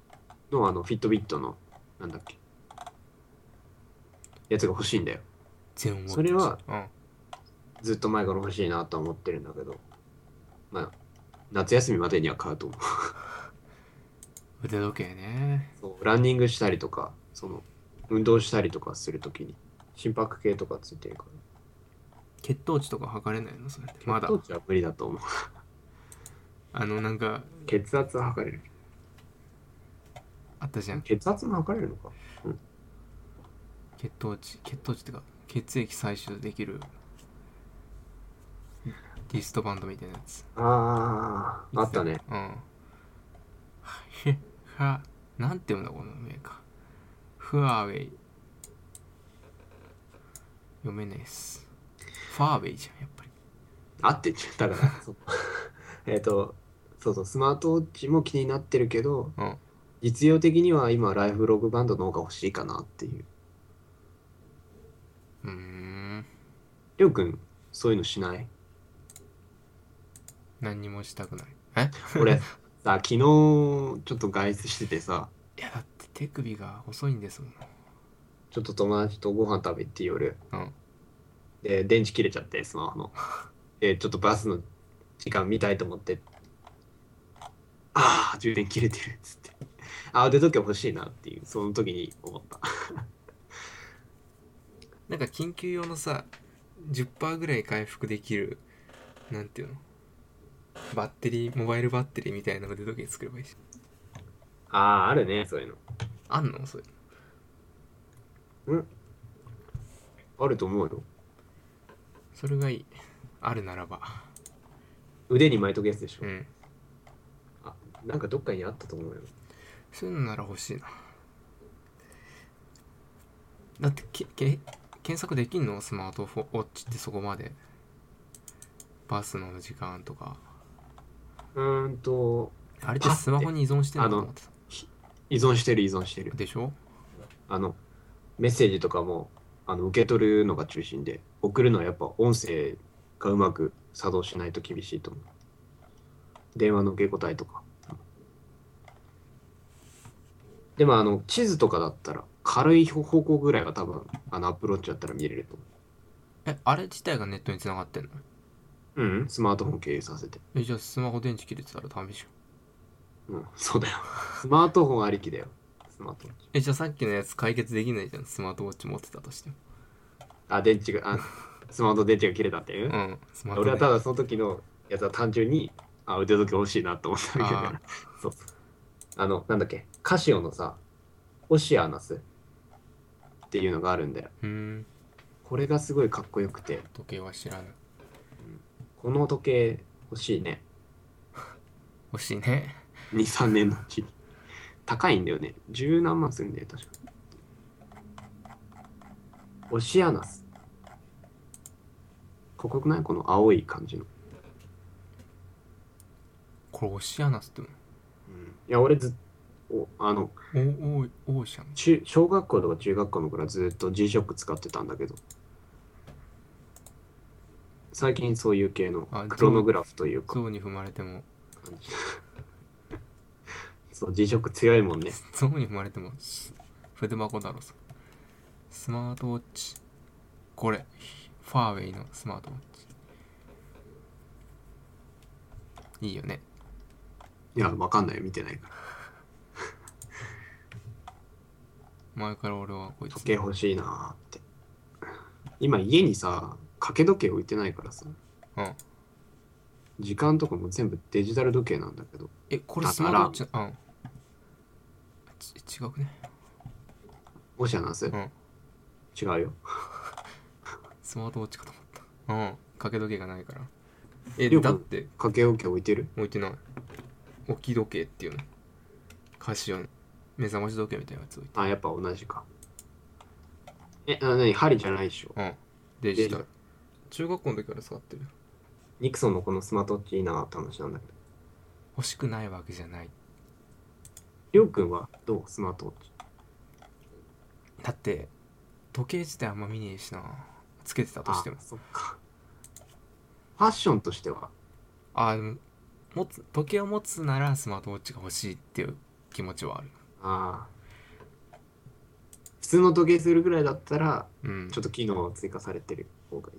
のあの、フィットビットの、なんだっけ、やつが欲しいんだよ。 全ウォッチ。 それはうんずっと前から欲しいなとは思ってるんだけど、まあ、夏休みまでには買うと思う。 腕時計ね。 そう、ランニングしたりとか、その、運動したりとかするときに、心拍計とかついてるから。 血糖値とか測れないのそれってまだ。 血糖値は無理だと思う。 あのなんか血圧は測れる。 あったじゃん。 血圧も測れるのか。うん。 血糖値血糖値ってか血液採取できるリストバンドみたいなやつ。 ああ、あったね。 うん。へはなんて読うんだこのメーカー。ファーウェイ。読めないっす。ファーウェイじゃんやっぱり。 あって言っちゃったから、そうえっと、そうそう、スマートウォッチも気になってるけど、 うん。 実用的には今、ライフログバンドの方が欲しいかなっていう。 うーん。 りょうくん、そういうのしない？ 何にもしたくない。え俺、さ、昨日、ちょっと外出しててさ、 いやだって手首が細いんですもん。 ちょっと友達とご飯食べて夜、 うん。 で、電池切れちゃって、スマホの。で、ちょっとバスの時間見たいと思って、ああ、充電切れてるっつって。ああ、腕時計欲しいなっていう、その時に思った。 なんか緊急用のさじゅっパーセントぐらい回復できるなんていうのバッテリーモバイルバッテリーみたいな腕時計作ればいいし。 ああ、あるね、そういうの。 あんのそれ。 うんあると思うよ。 それがいい。あるならば。 腕に巻いとくやつでしょ。 うん。 あ、なんかどっかにあったと思うよ。 そういうのなら欲しいな。だってけけ検索できんのスマートフォンウォッチってそこまで。バスの時間とか。 うーんと、 あれってスマホに依存してんあの、 のかと思ってた。 ひ依存してる依存してる。 でしょ。 あの、メッセージとかも、あの、受け取るのが中心で、送るのはやっぱ音声がうまく作動しないと厳しいと思う。電話の受け答えとか。でも、あの、地図とかだったら、軽い方向ぐらいは多分、あの、アップローチだったら見れると思えあれ自体がネットに繋がってんの。 う。うん、スマートフォン経由させて。 えじゃあスマホ電池切れてたらダメじゃん。 うん、そうだよ。スマートフォンありきだよ。スマートフォン。 えじゃあさっきのやつ解決できないじゃんスマートウォッチ持ってたとしても。 あ、電池が、あ、スマート電池が切れたっていう、 うんスマート電俺はただその時のやつは単純に、あ、腕時計欲しいなと思っただけだかあら。そうそう。あの、なんだっけ、カシオのさ、オシアナスっていうのがあるんだよ。 うーんこれがすごいかっこよくて、 時計は知らぬ。 この時計欲しいね。 欲しいね。 に、さんねんのうちに。高いんだよね。十何万するんだよ、確か。オシアナス。かっこよくない？この青い感じの。 これオシアナスってうん、いや、俺ずっと、あの、 おおオーシャン。 中、小学校とか中学校の頃はずっと G ショック使ってたんだけど、最近そういう系のあクロノグラフというか、 象に踏まれても感じそう、G ショック強いもんね。 象に踏まれても筆箱だろさ。スマートウォッチこれファーウェイのスマートウォッチいいよね。 いや、わかんないよ、見てないから。 前から俺はこいつ時計欲しいなーって。今家にさ、掛け時計置いてないからさ、 うん時間とかも全部デジタル時計なんだけど、 えこれだからスマートウォッチうんち違くね。 オシャナス、 うん違うよ。 スマートウォッチかと思ったうん掛け時計がないからえよくだって掛け時計置いてる？ 置いてない置き時計っていうのカシオの目覚まし時計みたいなやつ置いてあ、やっぱ同じか。え、あ、なに、針じゃないでしょ。 うんデジタル中学校の時から使ってる。 ニクソンのこのスマートウォッチいいなって話なんだけど。 欲しくないわけじゃない。 りょうくんはどう？スマートウォッチ。 だって時計自体あんま見ねえしなつけてたとしても。 あ、そっか。ファッションとしては、 あでも持つ時計を持つならスマートウォッチが欲しいっていう気持ちはある。 ああ、 普通の時計するぐらいだったらうんちょっと機能を追加されてる方がいい。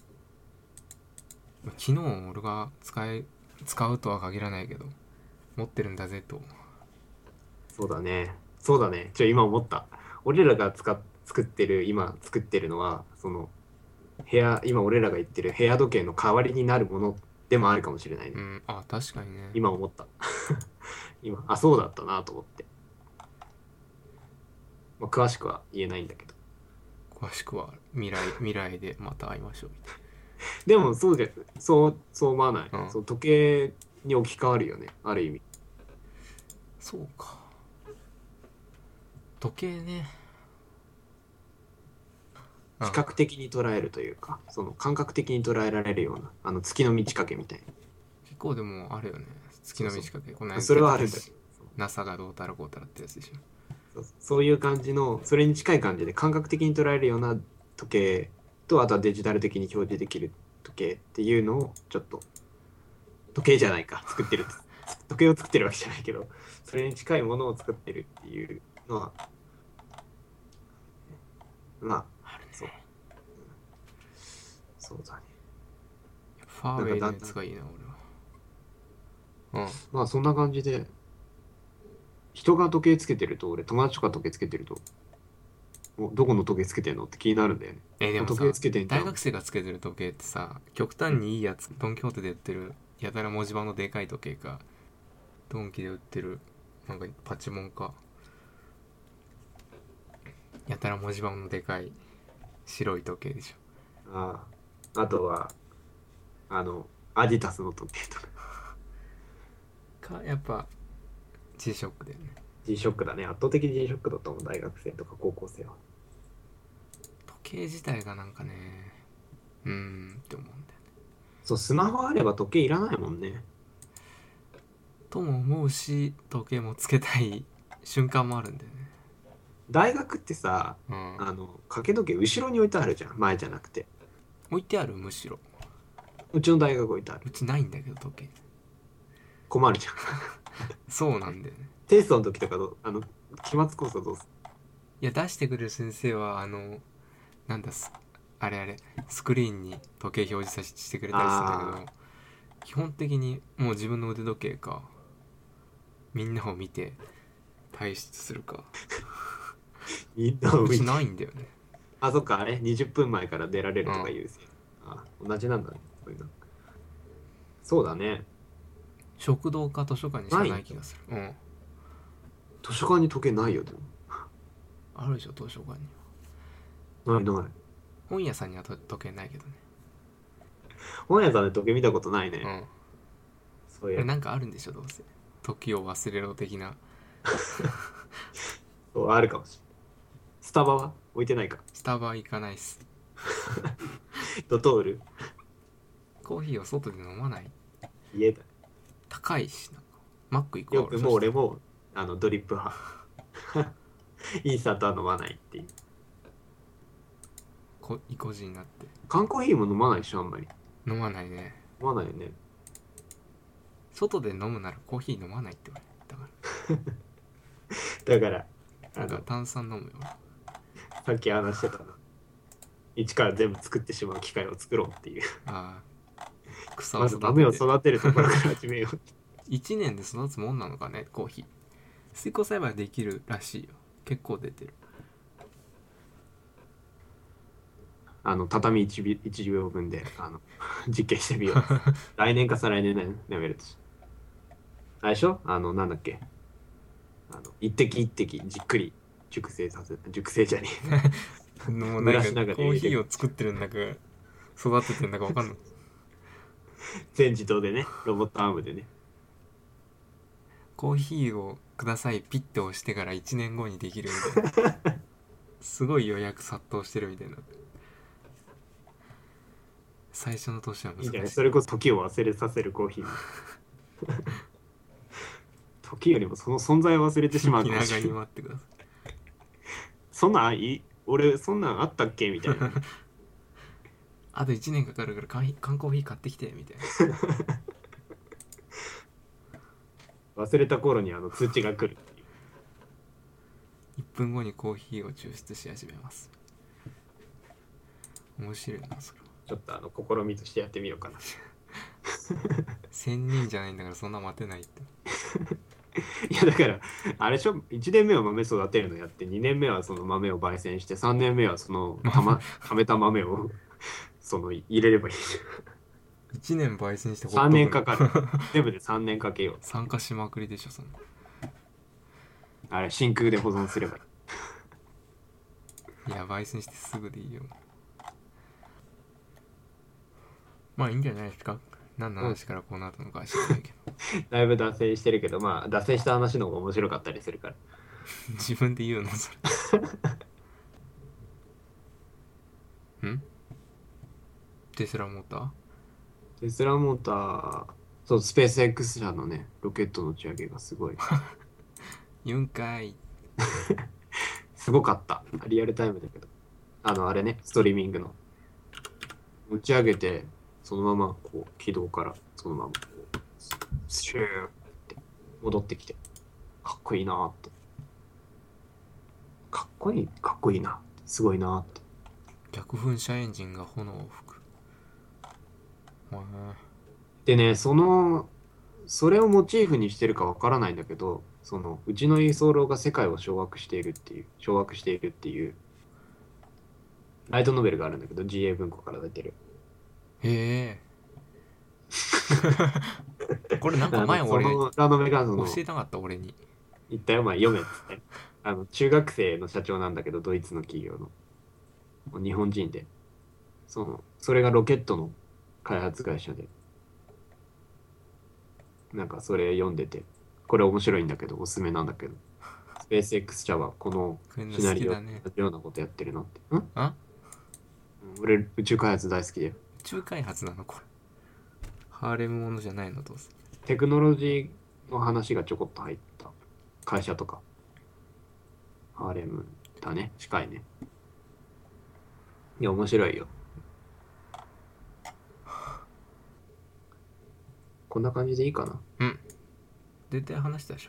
まあ昨日俺が使え使うとは限らないけど持ってるんだぜと。 そうだね。そうだね。ちょ、今思った。俺らが使っ作ってる、今作ってるのは、その、部屋、今俺らが言ってる部屋時計の代わりになるものでもあるかもしれないね。 うんあ確かにね。 今思った。今、あ、そうだったなと思って。まあ、詳しくは言えないんだけど。 詳しくは未来未来でまた会いましょうみたいでも、そうじゃ、そう、そう思わない。 うんそう、時計に置き換わるよね。ある意味。 な。そうか。時計ね。うん視覚的に捉えるというか、その感覚的に捉えられるような、あの月の満ち欠けみたい結構でもあるよね。月の満ち欠けこのな。 間それはあるんだけど。 ナサがどうたらこうたらってやつでしょ。 そうそういう感じの、それに近い感じで感覚的に捉えるような時計と、あとはデジタル的に表示できる時計っていうのをちょっと、時計じゃないか、作ってる。時計を作ってるわけじゃないけど、それに近いものを作ってるっていうのは、まあ、そう。そうだね。 ファーウェイのやつがいいな俺は。うんまあそんな感じで、人が時計つけてると、俺友達とか時計つけてると、おどこの時計つけてんのって気になるんだよね。 えでもさ時計つけてんじゃん大学生がつけてる時計ってさ極端にいいやつ、ドン・キホーテで売ってるやたら文字盤のでかい時計かドンキで売ってるなんかパチモンかやたら文字盤のでかい白い時計でしああ、あとは、あの、アディタスの時計とか。 ょかやっぱ G ショックだよね。 G ショックだね。圧倒的 G ショックだと思う。大学生とか高校生は。 時計自体がなんかねうーんって思うんだよねそう、スマホあれば時計いらないもんね。 とも思うし時計もつけたい瞬間もあるんだよね。 大学ってさ、 うんあの、掛け時計後ろに置いてあるじゃん。前じゃなくて。 置いてあるむしろうちの大学置いてある。 うちないんだけど時計困るじゃん。 そうなんだよね。 テストの時とかどう、あの、期末コースはどうすいや出してくれる先生はあのなんだすあれあれスクリーンに時計表示させしてくれたりするんだけど基本的にもう自分の腕時計かみんなを見て退出するかみんなをうち見て。 ないんだよね。 あ、そっか、あれ、にじゅっぷんまえから出られるとか言うせい。あ、同じなんだね。そういうの。そうだね。 食堂か図書館にしかない気がする。うん図書館に時計ないよ、でも。 あるでしょ図書館にないない。 本屋さんにはと時計ないけどね。 本屋さんで時計見たことないね。 うんそういう。 えなんかあるんでしょどうせ時を忘れろ的な。 そうあるかもしれない。スタバは置いてないか。 スタバ行かないっす。 ドトールコーヒーを外で飲まない。 家だ。 高いしなんかマック行こう。 よくもう俺も、あの、ドリップ派。インスタントは飲まないっていう。 こ意固地になって缶コーヒーも飲まないでしょ、あんまり。 飲まないね。 飲まないよね。 外で飲むならコーヒー飲まないって言われたかだから、 らあの、 なんか炭酸飲むよ。 さっき話してたな。一から全部作ってしまう機械を作ろうっていう。 ああ草をまず育てて豆を育てるところから始めよう。 いちねんで育つもんなのかねコーヒー。水耕栽培できるらしいよ。結構出てる。 あの、畳いちびいちびょうぶんで、あの、実験してみよう。来年か再来年ね、レベルとして。あれでしょあの、なんだっけ。あの、一滴一滴じっくり熟成させ、熟成じゃねえ。 もう蒸なんかコらしながらーヒーを作ってるんだか育ててるんだか分かんない。 全自動でね、ロボットアームでね。 コーヒーをくださいピッて押してからいちねんごにできるみたいな。すごい予約殺到してるみたいな。最初の年は難しい。 いいじゃないそれこそ時を忘れさせるコーヒー。時よりもその存在を忘れてしまう気長にかもしれない。 待ってください。 そんなんい俺、そんなんあったっけみたいな。 あといちねんかかるから缶缶コーヒー買ってきてみたいな。 忘れた頃にあの通知が来るっていう。 いっぷんごにコーヒーを抽出し始めます。面白いなそれは。 ちょっとあの試みとしてやってみようかな。 仙人じゃないんだからそんな待てないって。 いやだからあれでしょ、いちねんめは豆育てるのやって、にねんめはその豆を焙煎して、さんねんめはそのたま貯めた豆をその入れればいい。 いちねん焙煎してほっと 3 くの年かかる。全部でさんねんかけよう。 参加しまくりでしょそんな。 あれ真空で保存すればいい。 いや焙煎してすぐでいいよ。まあいいんじゃないですか。何の話からこの後の会社だけどだいぶ脱線してるけど、まあ脱線した話の方が面白かったりするから。 自分で言うのそれんテスラモーター。 テスラモーター、そう、スペース X 社のね、ロケットの打ち上げがすごい。 言うんかい。 すごかった。リアルタイムだけど。あの、あれね、ストリーミングの。打ち上げて、そのまま、こう、軌道から、そのまま、こう、シューって戻ってきて、かっこいいなーって。かっこいい、かっこいいな。すごいなーって。 逆噴射エンジンが炎を吹く。へでね、その、それをモチーフにしてるかわからないんだけど、その、うちの居候が世界を掌握しているっていう、掌握しているっていう、ライトノベルがあるんだけど、ジーエー 文庫から出てる。 えこれなんか前あの俺そのラノベがその、 教えたかった俺に。 言ったよ、まあ読めっつって。あの、中学生の社長なんだけど、ドイツの企業の。日本人で。その、それがロケットの開発会社で。なんかそれ読んでて、これ面白いんだけど、おすすめなんだけど。スペース X 社はこのこれのシナリオ、 好きだね。 同じようなことやってるなって。んあうん俺、宇宙開発大好きだよ。 宇宙開発なのこれ。ハーレムものじゃないのどうせ。 テクノロジーの話がちょこっと入った会社とか。ハーレムだね。近いね。いや、面白いよ。こんな感じでいいかな。 うん絶対話したでしょ。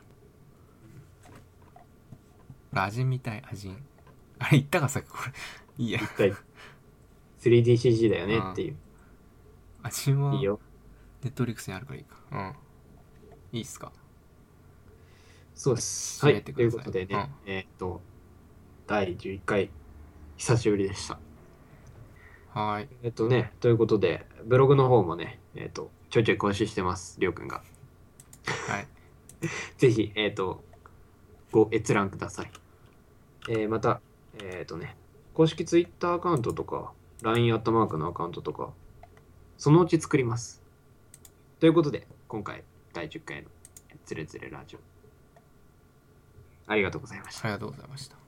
アジンみたいアジン。あれ言ったかさっきこれ。いいや。 一体 スリーディーシージー だよねっていう。 アジンはいいよ。 ネットフリックスにあるからいいか。うんいいっすか。 そうです。はい。という締めてくださいことでね、えーっと、だいじゅういっかい、久しぶりでした。 はーい。 えっとね、ということで、ブログの方もね、えっと、ちょいちょい更新してます、りょうくんが。 はいぜひ、えっと、ご閲覧ください。えーまた、えっとね、公式 Twitter アカウントとか、ライン アットマークのアカウントとか、そのうち作ります。ということで、今回、だいじゅっかいのつれづれラジオ。ありがとうございました。 ありがとうございました。